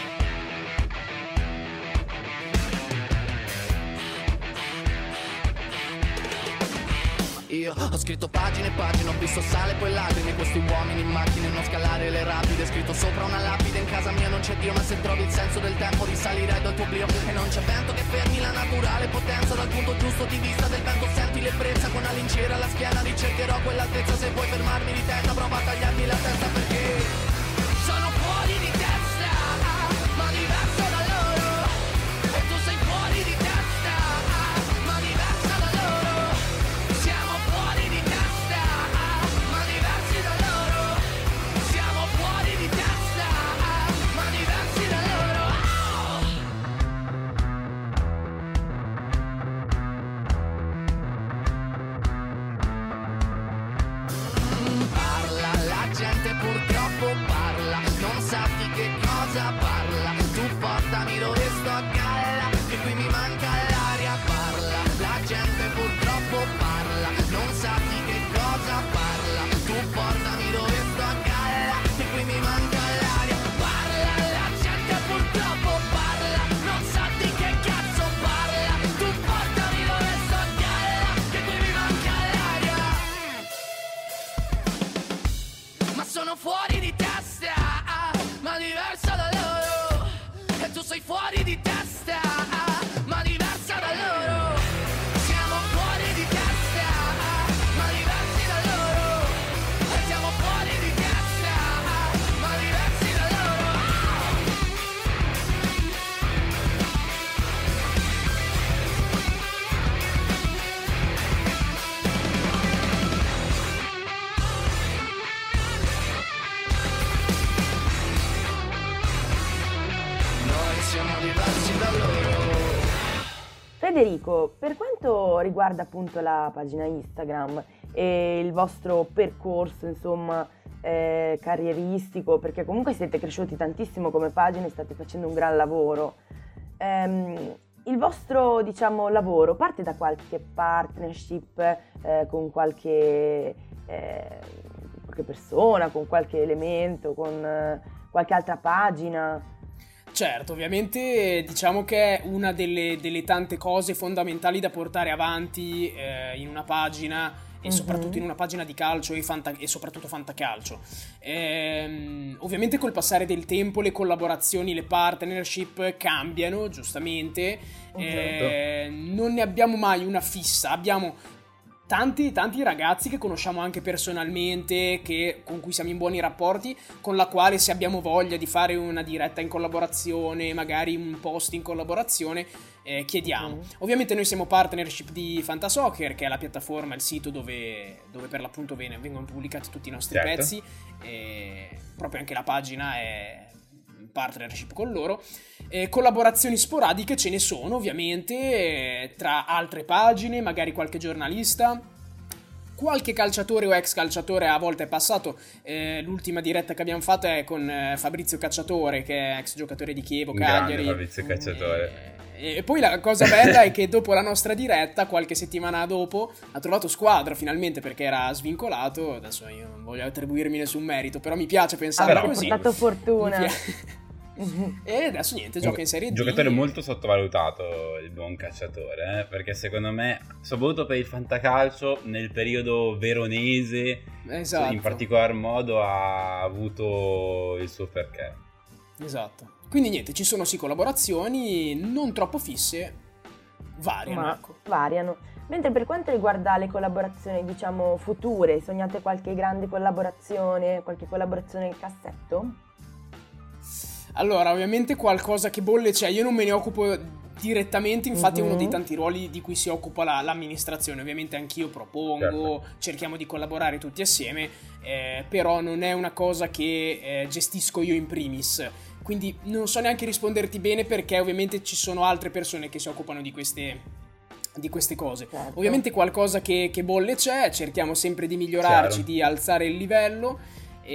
Io ho scritto pagine e pagine, ho visto sale poi lacrime, questi uomini in macchine, non scalare le rapide, scritto sopra una lapide, in casa mia non c'è Dio, ma se trovi il senso del tempo risalirai dal tuo oblio, e non c'è vento che fermi la naturale potenza, dal punto giusto di vista del vento senti l'ebbrezza, con una lincera alla schiena ricercherò quell'altezza, se vuoi fermarmi di testa prova a tagliarmi la testa, perché sono fuori di testa, ma diverso da loro, e tu sei fuori di testa, ma diversa da loro, siamo fuori di testa, sei fuori di testa, ma diversa da loro. Siamo fuori di testa, ma diversi da loro. Siamo fuori di testa, ma diversi da loro. Noi siamo diversi da loro. Federico, per quanto riguarda appunto la pagina Instagram e il vostro percorso, insomma, carrieristico, perché comunque siete cresciuti tantissimo come pagina e state facendo un gran lavoro, il vostro, diciamo, lavoro parte da qualche partnership con qualche persona, con qualche elemento, con qualche altra pagina? Certo, ovviamente diciamo che è una delle tante cose fondamentali da portare avanti in una pagina e soprattutto in una pagina di calcio e soprattutto fantacalcio. Ovviamente col passare del tempo le collaborazioni, le partnership cambiano, giustamente. Non ne abbiamo mai una fissa, abbiamo tanti ragazzi che conosciamo anche personalmente, con cui siamo in buoni rapporti, con la quale se abbiamo voglia di fare una diretta in collaborazione, magari un post in collaborazione, chiediamo. Ovviamente noi siamo partnership di Fantasoccer, che è la piattaforma, il sito dove per l'appunto vengono pubblicati tutti i nostri pezzi, e proprio anche la pagina è partnership con loro. Collaborazioni sporadiche ce ne sono ovviamente tra altre pagine, magari qualche giornalista, qualche calciatore o ex calciatore a volte è passato. L'ultima diretta che abbiamo fatto è con Fabrizio Cacciatore, che è ex giocatore di Chievo, Cagliari. Fabrizio Cacciatore. E poi la cosa bella è che dopo la nostra diretta, qualche settimana dopo, ha trovato squadra finalmente, perché era svincolato. Adesso io non voglio attribuirmi nessun merito, però mi piace pensare così. Ha portato fortuna. E adesso niente, gioca in Serie D. Giocatore molto sottovalutato il buon Cacciatore, perché secondo me, soprattutto per il fantacalcio, nel periodo veronese, esatto, in particolar modo ha avuto il suo perché. Esatto. Quindi niente, ci sono sì collaborazioni non troppo fisse, variano. Mentre per quanto riguarda le collaborazioni, diciamo, future, sognate qualche grande collaborazione, qualche collaborazione nel cassetto? Allora, ovviamente qualcosa che bolle c'è, io non me ne occupo direttamente, infatti è uno dei tanti ruoli di cui si occupa l'amministrazione. Ovviamente anch'io propongo, cerchiamo di collaborare tutti assieme, però non è una cosa che gestisco io in primis, quindi non so neanche risponderti bene, perché ovviamente ci sono altre persone che si occupano di queste cose. Certo. Ovviamente qualcosa che bolle c'è, cerchiamo sempre di migliorarci, di alzare il livello.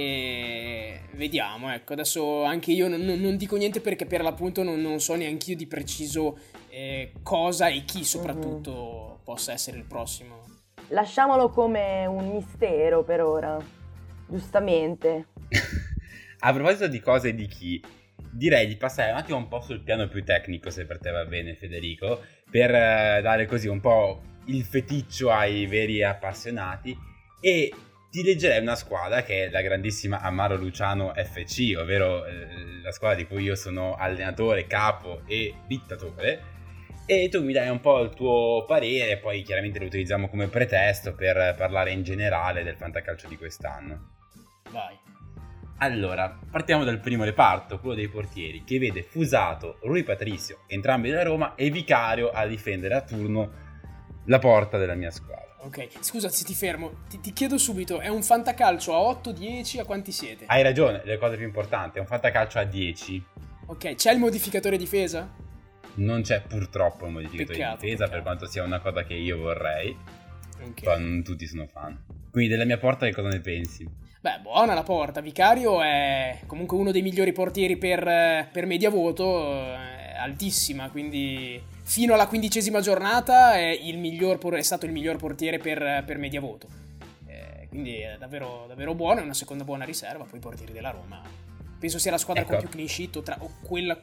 E vediamo, ecco, adesso anche io non dico niente, perché per l'appunto non so neanche io di preciso cosa e chi soprattutto possa essere il prossimo. Lasciamolo come un mistero per ora, giustamente. A proposito di cose e di chi, direi di passare un attimo un po' sul piano più tecnico, se per te va bene, Federico, per dare così un po' il feticcio ai veri appassionati, e ti leggerei una squadra che è la grandissima Amaro Luciano FC, ovvero la squadra di cui io sono allenatore, capo e dittatore, e tu mi dai un po' il tuo parere, poi chiaramente lo utilizziamo come pretesto per parlare in generale del fantacalcio di quest'anno. Vai. Allora, partiamo dal primo reparto, quello dei portieri, che vede Fusato, Rui Patricio, entrambi della Roma, e Vicario a difendere a turno la porta della mia squadra. Ok, scusa se ti fermo, ti chiedo subito, è un fantacalcio a 8, 10, a quanti siete? Hai ragione, le cose più importanti, è un fantacalcio a 10. Ok, c'è il modificatore difesa? Non c'è purtroppo un modificatore Peccato, di difesa, per quanto sia una cosa che io vorrei, Ok. però non tutti sono fan. Quindi della mia porta che cosa ne pensi? Beh, buona la porta. Vicario è comunque uno dei migliori portieri per media voto, altissima, quindi fino alla 15ª giornata è stato il miglior portiere per media voto. Quindi è davvero, davvero buono, è una seconda buona riserva. Poi i portieri della Roma penso sia la squadra con più clean sheet, tra quelle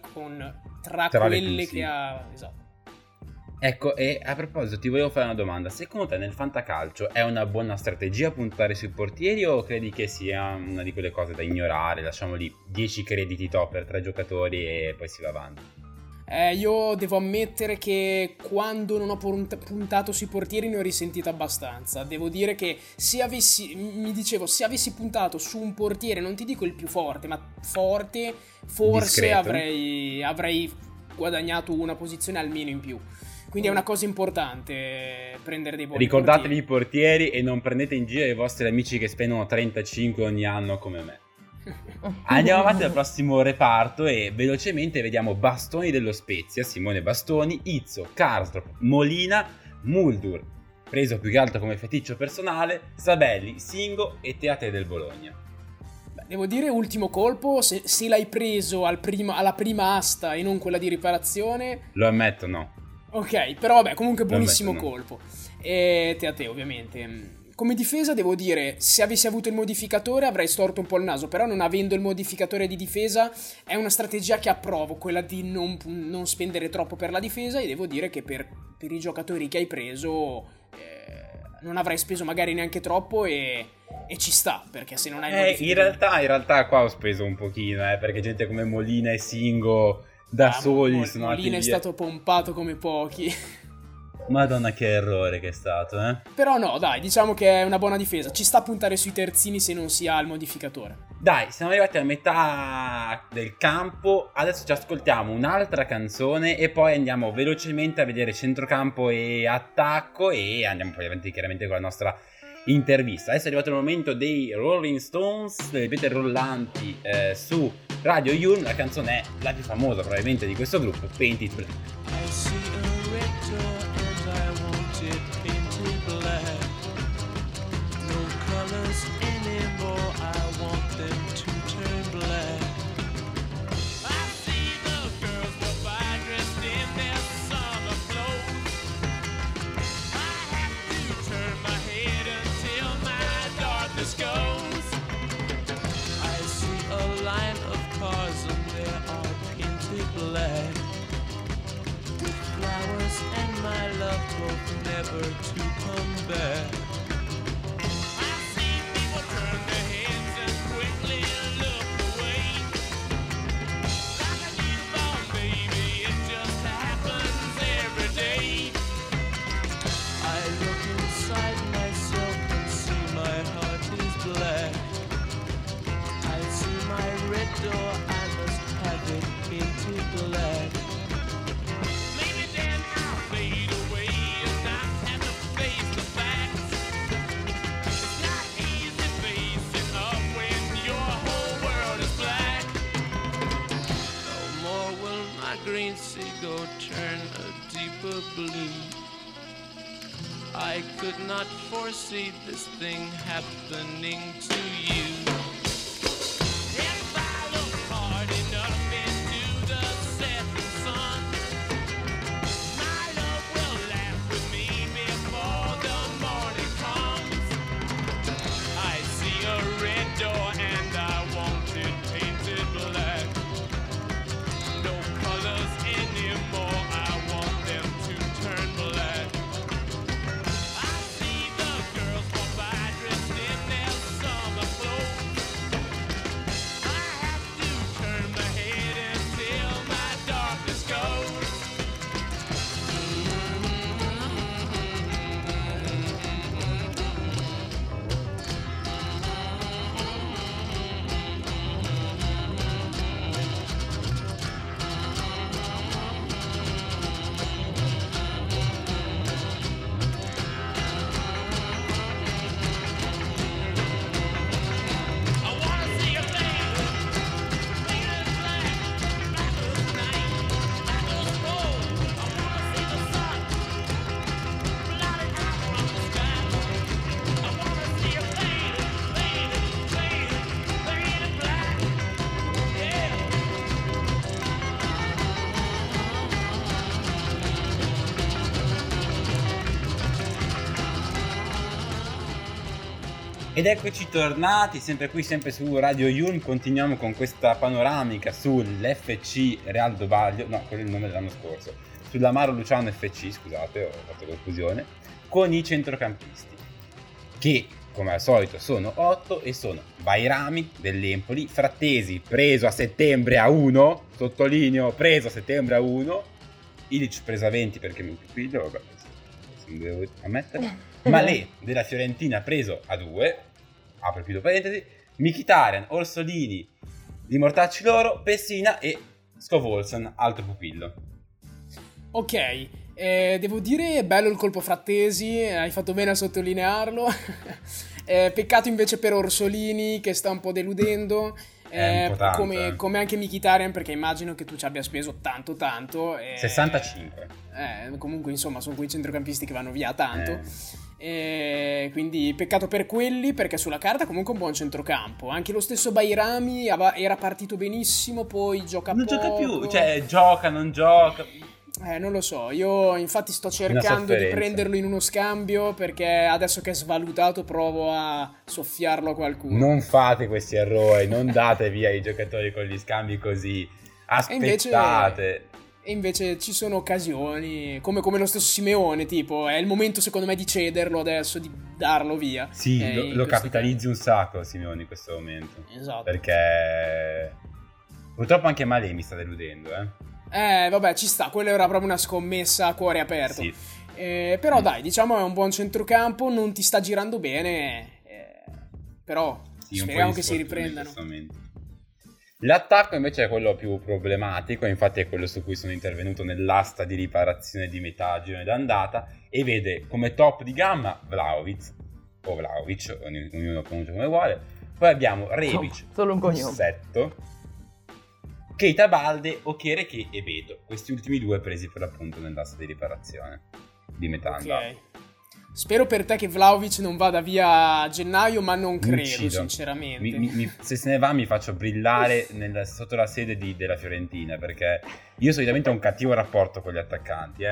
che ha... Esatto. Ecco, e a proposito ti volevo fare una domanda. Secondo te nel fantacalcio è una buona strategia puntare sui portieri, o credi che sia una di quelle cose da ignorare, lasciamo lì 10 crediti top per 3 giocatori e poi si va avanti? Io devo ammettere che quando non ho puntato sui portieri ne ho risentito abbastanza. Devo dire che se avessi puntato su un portiere, non ti dico il più forte, ma forte, forse avrei guadagnato una posizione almeno in più. Quindi è una cosa importante prendere dei buoni Ricordatevi i portieri e non prendete in giro i vostri amici che spendono 35 ogni anno come me. Andiamo avanti al prossimo reparto e velocemente vediamo Bastoni dello Spezia, Simone Bastoni, Izzo, Karsdorp, Molina, Muldur, preso più che altro come feticcio personale, Sabelli, Singo e Teate del Bologna. Devo dire, ultimo colpo, se l'hai preso alla prima asta e non quella di riparazione. Lo ammetto, no. Ok, però vabbè, comunque buonissimo colpo. E Teate ovviamente. Come difesa devo dire, se avessi avuto il modificatore avrei storto un po' il naso, però non avendo il modificatore di difesa è una strategia che approvo, quella di non spendere troppo per la difesa, e devo dire che per i giocatori che hai preso non avrei speso magari neanche troppo e ci sta, perché se non hai il modificatore... In realtà qua ho speso un pochino, perché gente come Molina e Singo da soli sono andati Molina è via. stato pompato come pochi. Madonna, che errore che è stato, Però no, dai, diciamo che è una buona difesa. Ci sta a puntare sui terzini se non si ha il modificatore. Dai, siamo arrivati a metà del campo. Adesso ci ascoltiamo un'altra canzone e poi andiamo velocemente a vedere centrocampo e attacco e andiamo poi avanti chiaramente con la nostra intervista. Adesso è arrivato il momento dei Rolling Stones, delle pietre rollanti su Radio Yulm. La canzone è la più famosa probabilmente di questo gruppo, Painted Black. I see a red door and I want it painted black. No colors anymore, I want them to turn black. I see the girls go by dressed in their summer clothes. I have to turn my head until my darkness goes. I see a line of cars and they're all painted black. Flowers and my love hope never to come back. I see people turn their heads and quickly look away. Like a newborn baby, it just happens every day. I look inside myself and see my heart is black. I see my red door, I must have it painted black. Green seagull turn a deeper blue. I could not foresee this thing happening to you. If I look hard enough into the setting sun, my love will laugh with me before the morning comes. I see a red door and I want it painted black. Anymore, I want them to turn black. I see the girls walk by dressed in their summer clothes. I have to turn my head until my darkness goes. Ed eccoci tornati, sempre qui, sempre su Radio Yulm. Continuiamo con questa panoramica sull'FC Real do Baglio, no, quello è il nome dell'anno scorso, sull'Amaro Luciano FC, scusate, ho fatto confusione, con i centrocampisti, che come al solito sono 8 e sono Bairami dell'Empoli, Frattesi preso a settembre a 1, sottolineo preso a settembre a 1, Ilic preso a 20 perché mi pupillo, vabbè, non devo ammettere, Malé della Fiorentina preso a 2, apro e chiudo parentesi, Mkhitaryan, Orsolini di Mortacci loro, Pessina e Scovolson, altro pupillo. Ok, devo dire bello il colpo Frattesi, hai fatto bene a sottolinearlo. Peccato invece per Orsolini che sta un po' deludendo. Un po' tanto, come anche Mkhitaryan, perché immagino che tu ci abbia speso tanto 65. Comunque insomma sono quei centrocampisti che vanno via tanto. Quindi peccato per quelli, perché sulla carta comunque un buon centrocampo. Anche lo stesso Bairami era partito benissimo, poi gioca non poco. gioca più, cioè gioca, non gioca. Non lo so, io infatti sto cercando di prenderlo in uno scambio, perché adesso che è svalutato provo a soffiarlo a qualcuno. Non fate questi errori, non date via i giocatori con gli scambi così, aspettate. E invece ci sono occasioni, come lo stesso Simeone, tipo, è il momento secondo me di cederlo adesso, di darlo via. Sì, lo capitalizzi un sacco Simeone in questo momento. Esatto. Perché purtroppo anche Malé mi sta deludendo, vabbè, ci sta, quella era proprio una scommessa a cuore aperto. Sì. Però dai, diciamo è un buon centrocampo, non ti sta girando bene, però sì, speriamo che si riprendano. L'attacco invece è quello più problematico, infatti è quello su cui sono intervenuto nell'asta di riparazione di metà girone d'andata, e vede come top di gamma Vlahovic, o Vlahovic, ognuno pronuncia come vuole, poi abbiamo Rebic, solo un cognome, Bussetto, Keita Balde, Okereke e Beto, questi ultimi due presi per l'appunto nell'asta di riparazione di metà andata. Spero per te che Vlahovic non vada via a gennaio, ma non credo, uccido. Sinceramente. Se se ne va mi faccio brillare sotto la sede della Fiorentina, perché io solitamente ho un cattivo rapporto con gli attaccanti,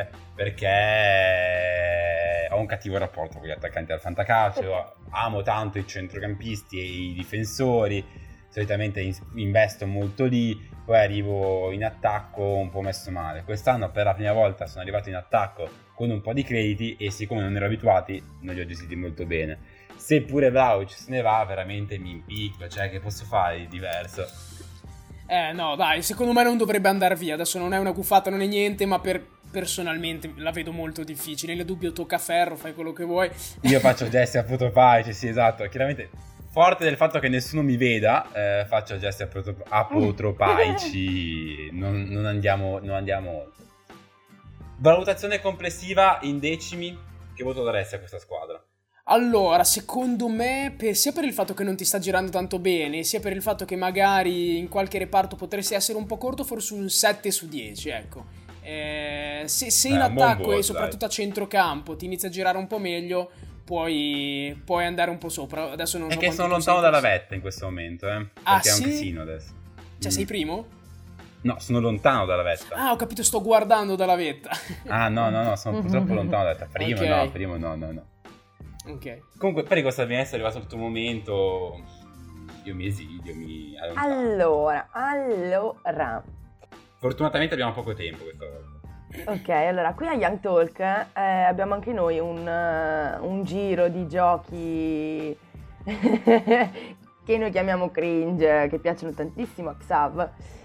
perché ho un cattivo rapporto con gli attaccanti al fantacalcio, amo tanto i centrocampisti e i difensori, solitamente investo molto lì, poi arrivo in attacco un po' messo male. Quest'anno per la prima volta sono arrivato in attacco con un po' di crediti e siccome non ero abituati non li ho gestiti molto bene. Se pure Vlahovic se ne va veramente mi impicco, cioè che posso fare di diverso? No dai, secondo me non dovrebbe andare via, adesso non è una cuffata, non è niente, ma personalmente la vedo molto difficile. Nel dubbio tocca ferro, fai quello che vuoi. Io faccio gesti apotropaici, sì esatto, chiaramente forte del fatto che nessuno mi veda, faccio gesti apotropaici, non andiamo oltre. Valutazione complessiva in decimi, che voto daresti a questa squadra? Allora, secondo me, sia per il fatto che non ti sta girando tanto bene, sia per il fatto che magari in qualche reparto potresti essere un po' corto, forse un 7 su 10, ecco. Se in attacco e soprattutto a centrocampo ti inizia a girare un po' meglio, puoi andare un po' sopra. Adesso non so. È che sono lontano dalla vetta in questo momento, perché è un casino adesso. Cioè, sei primo? No, sono lontano dalla vetta. Ah, ho capito, sto guardando dalla vetta. Ah, no, sono purtroppo lontano dalla vetta. Primo no. Ok. Comunque, per questa mia è arrivato il tuo momento. Io mi esidio, mi allontano. Allora. Fortunatamente abbiamo poco tempo questa volta. Ok, allora qui a Young Talk abbiamo anche noi un giro di giochi che noi chiamiamo cringe, che piacciono tantissimo a Xav.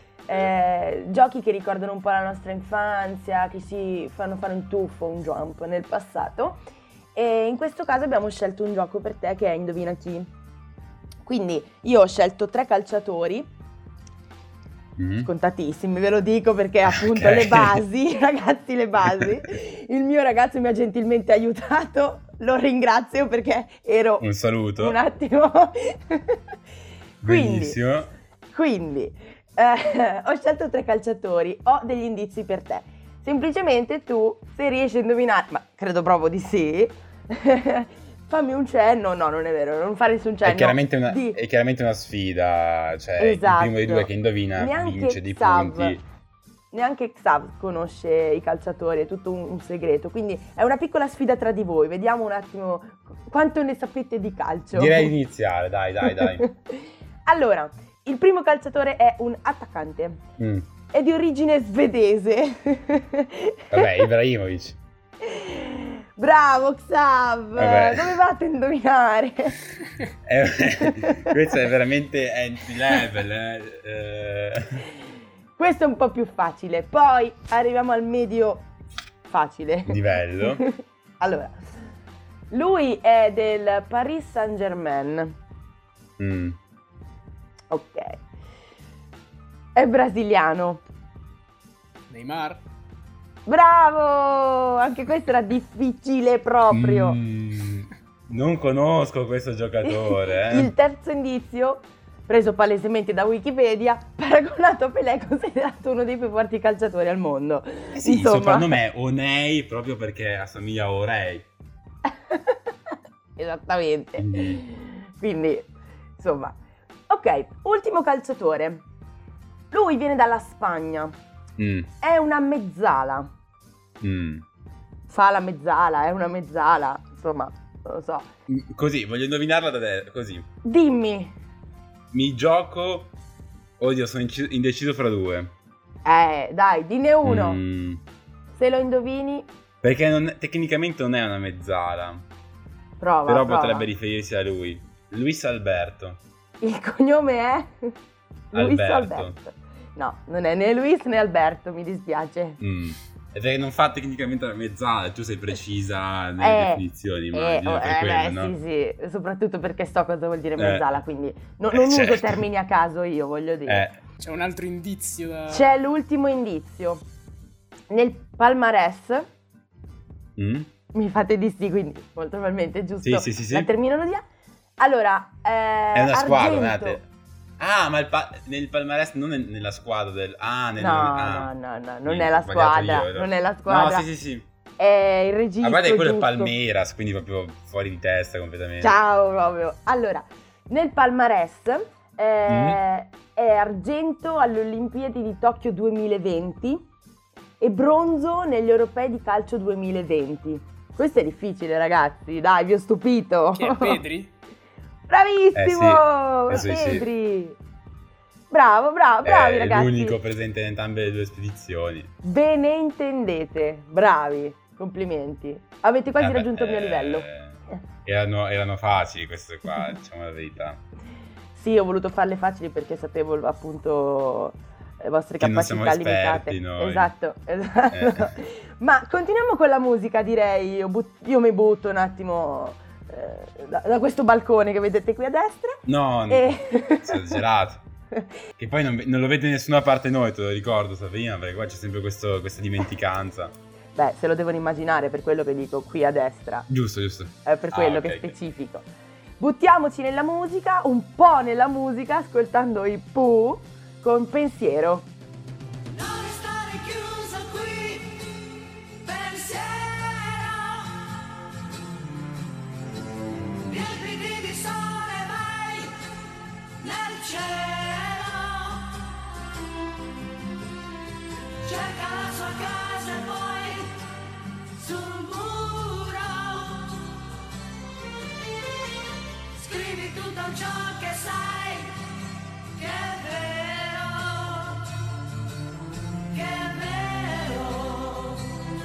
Giochi che ricordano un po' la nostra infanzia, che ci fanno fare un tuffo, un jump nel passato, e in questo caso abbiamo scelto un gioco per te che è Indovina chi. Quindi io ho scelto 3 calciatori, scontatissimi, ve lo dico perché appunto le basi, ragazzi, le basi. Il mio ragazzo mi ha gentilmente aiutato, lo ringrazio perché ero un saluto un attimo bellissimo. Quindi ho scelto 3 calciatori, ho degli indizi per te, semplicemente tu, se riesci a indovinare, ma credo proprio di sì, fammi un cenno. No, non è vero, non fare nessun cenno. È chiaramente una sfida, cioè esatto. Il primo dei due che indovina vince dei punti. Neanche Xav conosce i calciatori, è tutto un segreto, quindi è una piccola sfida tra di voi. Vediamo un attimo quanto ne sapete di calcio. Direi di iniziare, dai. Allora, il primo calciatore è un attaccante, è di origine svedese. Vabbè, Ibrahimovic. Bravo Xav, Vabbè. dovevate indovinare. Questo è veramente entry level. Questo è un po' più facile, poi arriviamo al medio facile. Livello. Allora, lui è del Paris Saint-Germain. Ok. È brasiliano. Neymar. Bravo! Anche questo era difficile proprio. Non conosco questo giocatore. Il terzo indizio, preso palesemente da Wikipedia, paragonato a Pelé, considerato uno dei più forti calciatori al mondo. Sì, il Insomma, soprannome è Onei proprio perché assomiglia a Orei. Esattamente. Quindi, insomma. Ok, ultimo calciatore. Lui viene dalla Spagna. È una mezzala. Fa la mezzala, è una mezzala. Insomma, non lo so. Così, voglio indovinarla da te, così. Dimmi. Mi gioco... Oddio, sono indeciso fra due. Dai, dinne uno. Se lo indovini, Perché tecnicamente non è una mezzala. prova. Però prova. potrebbe riferirsi a lui. Luis Alberto. Il cognome è? Luis Alberto. Alberto. No, non è né Luis né Alberto, mi dispiace. E perché non fa tecnicamente la mezzala, tu sei precisa nelle definizioni, immagino, per quello, no? Sì, soprattutto perché so cosa vuol dire mezzala, quindi non uso certo. termini a caso io, voglio dire. C'è un altro indizio da... C'è l'ultimo indizio. Nel palmarès, mi fate di sì, quindi molto probabilmente è giusto Sì. la terminologia. Allora, È una squadra, Argento. Ah, ma nel palmarès non è nella squadra del... No, non è la squadra, non è la squadra. No, sì. È il registro. Ma guarda che quello giusto. è Palmeiras, quindi proprio fuori di testa completamente. Ciao, proprio. Allora, nel palmarès è argento alle Olimpiadi di Tokyo 2020 e bronzo negli Europei di calcio 2020. Questo è difficile, ragazzi. Dai, vi ho stupito. Che è Pedri? Bravissimo! Sì. Pedri! Bravo, bravi ragazzi. È l'unico presente in entrambe le due spedizioni. Ve ne intendete, bravi, complimenti. Avete quasi raggiunto il mio livello. Erano facili queste qua, diciamo la verità. Sì, ho voluto farle facili perché sapevo appunto le vostre Che non capacità siamo esperti limitate. noi. Esatto. Ma continuiamo con la musica, direi. Io mi butto un attimo da questo balcone che vedete qui a destra. No, sei esagerato. Che poi non lo vede in nessuna parte noi, te lo ricordo Sabrina, perché qua c'è sempre questa dimenticanza. Beh, se lo devono immaginare, per quello che dico qui a destra. Giusto. È per quello che ok. specifico. Buttiamoci nella musica, un po' nella musica, ascoltando i Pooh con Pensiero. Non restare chiuso qui, pensiero, riempiti di sole vai nel cielo, cerca la sua casa e poi sul muro scrivi tutto ciò che sai che è vero, che è vero.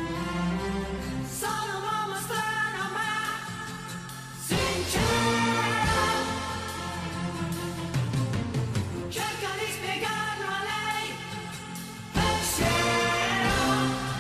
Sono un uomo strano ma sincero, cerca di spiegarlo a lei, pensiero.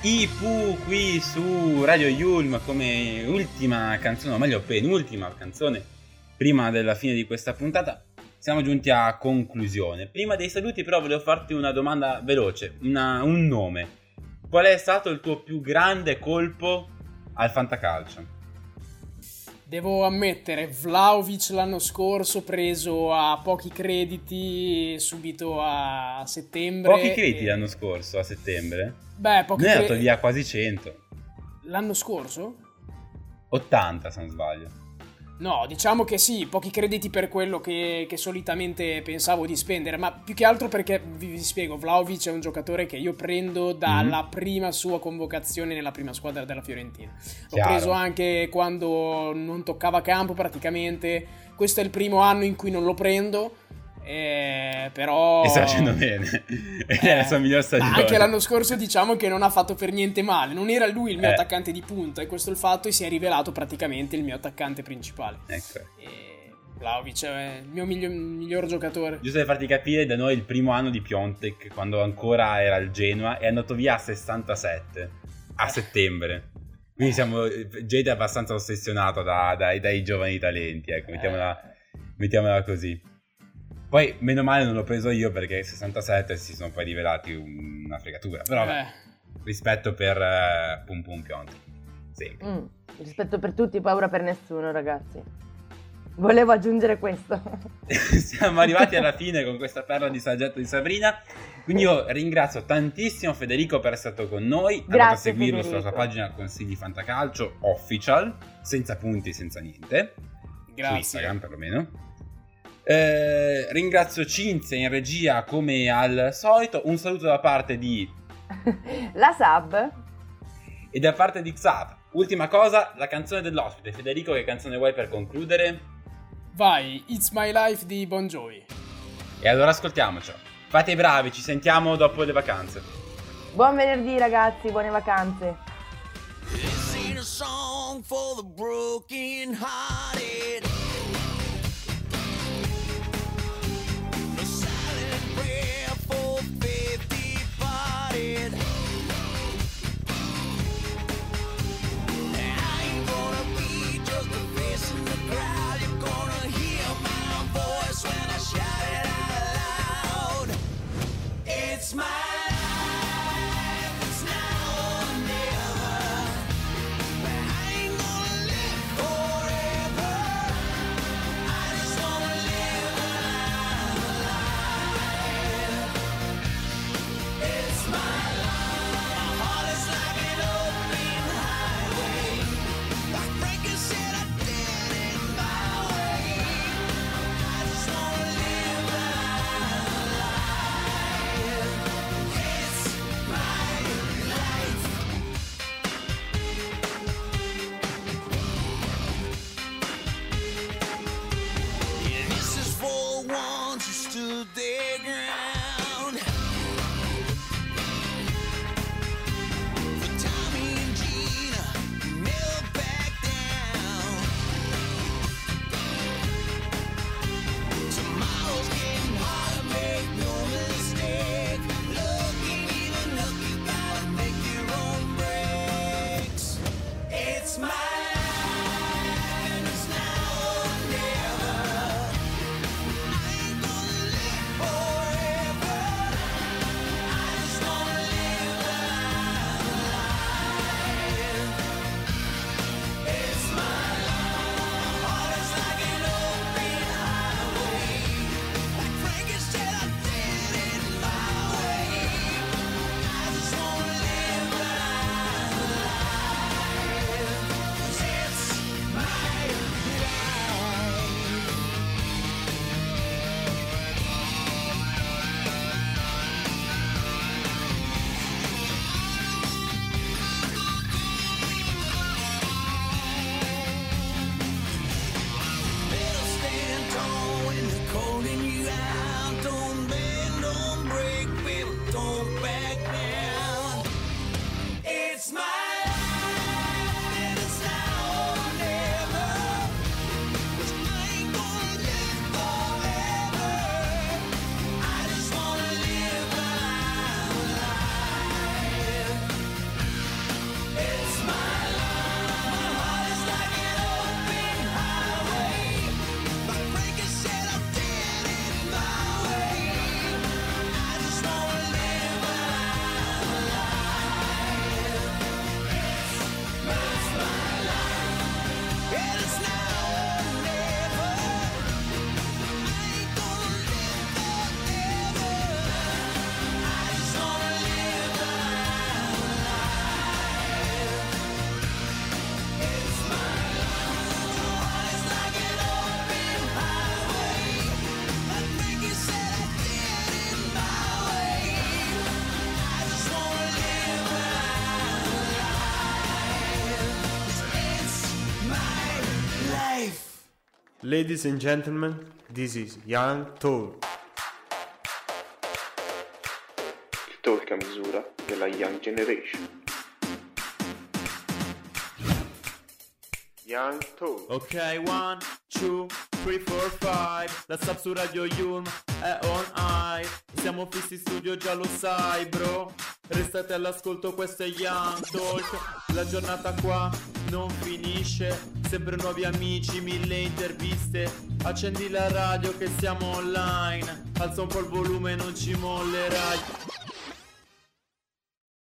Ipu qui su Radio Yulm come ultima canzone, o meglio penultima canzone prima della fine di questa puntata. Siamo giunti a conclusione. Prima dei saluti però volevo farti una domanda veloce, un nome. Qual è stato il tuo più grande colpo al fantacalcio? Devo ammettere, Vlahovic l'anno scorso preso a pochi crediti subito a settembre. Pochi crediti l'anno scorso a settembre? Beh, pochi ne è andato via quasi 100. L'anno scorso? 80 se non sbaglio. No, diciamo che sì, pochi crediti per quello che solitamente pensavo di spendere, ma più che altro perché, vi spiego, Vlahovic è un giocatore che io prendo dalla prima sua convocazione nella prima squadra della Fiorentina. L'ho preso anche quando non toccava campo praticamente, questo è il primo anno in cui non lo prendo, però... E sta facendo bene, è la sua miglior stagione. Anche l'anno scorso diciamo che non ha fatto per niente male, non era lui il mio attaccante di punta, e questo è il fatto, e si è rivelato praticamente il mio attaccante principale. Ecco. Vlahovic è il mio miglior giocatore. Giusto per farti capire, da noi il primo anno di Piontek, quando ancora era il Genoa, è andato via a 67 a settembre. Quindi Jade è abbastanza ossessionato dai giovani talenti, ecco, mettiamola così. Poi, meno male non l'ho preso io, perché 67 si sono poi rivelati una fregatura. Però rispetto per Pum Pum Piontek. Sempre. Rispetto per tutti, paura per nessuno, ragazzi. Volevo aggiungere questo. Siamo arrivati alla fine con questa perla di saggetto di Sabrina. Quindi io ringrazio tantissimo Federico per essere stato con noi. Andate a seguirlo sulla sua pagina Consigli Fantacalcio Official, senza punti, senza niente. Grazie. Su Instagram perlomeno. Ringrazio Cinzia in regia come al solito. Un saluto da parte di la Sab e da parte di Xav. Ultima cosa, la canzone dell'ospite. Federico, che canzone vuoi per concludere? Vai, It's My Life di Bon Jovi. E allora ascoltiamocelo. Fate i bravi, ci sentiamo dopo le vacanze. Buon venerdì ragazzi, buone vacanze. This ain't a song for the broken hearted. No silent prayer for faith departed. I ain't gonna be just a face in the crowd. You're gonna hear my voice when I shout it out loud. It's my their ground. For Tommy and Gina, never back down. Tomorrow's getting harder, make no mistake. Looking even look, you gotta make your own breaks. It's my Ladies and gentlemen, this is Young Talk. Il talk a misura della Young Generation. Young Talk. Ok, 1, 2, 3, 4, 5. La sub su Radio Yulm è on air. Siamo fissi in studio, già lo sai, bro. Restate all'ascolto, questo è Young Talk. La giornata qua non finisce. Sempre nuovi amici, 1000 interviste. Accendi la radio che siamo online. Alza un po' il volume, non ci mollerai.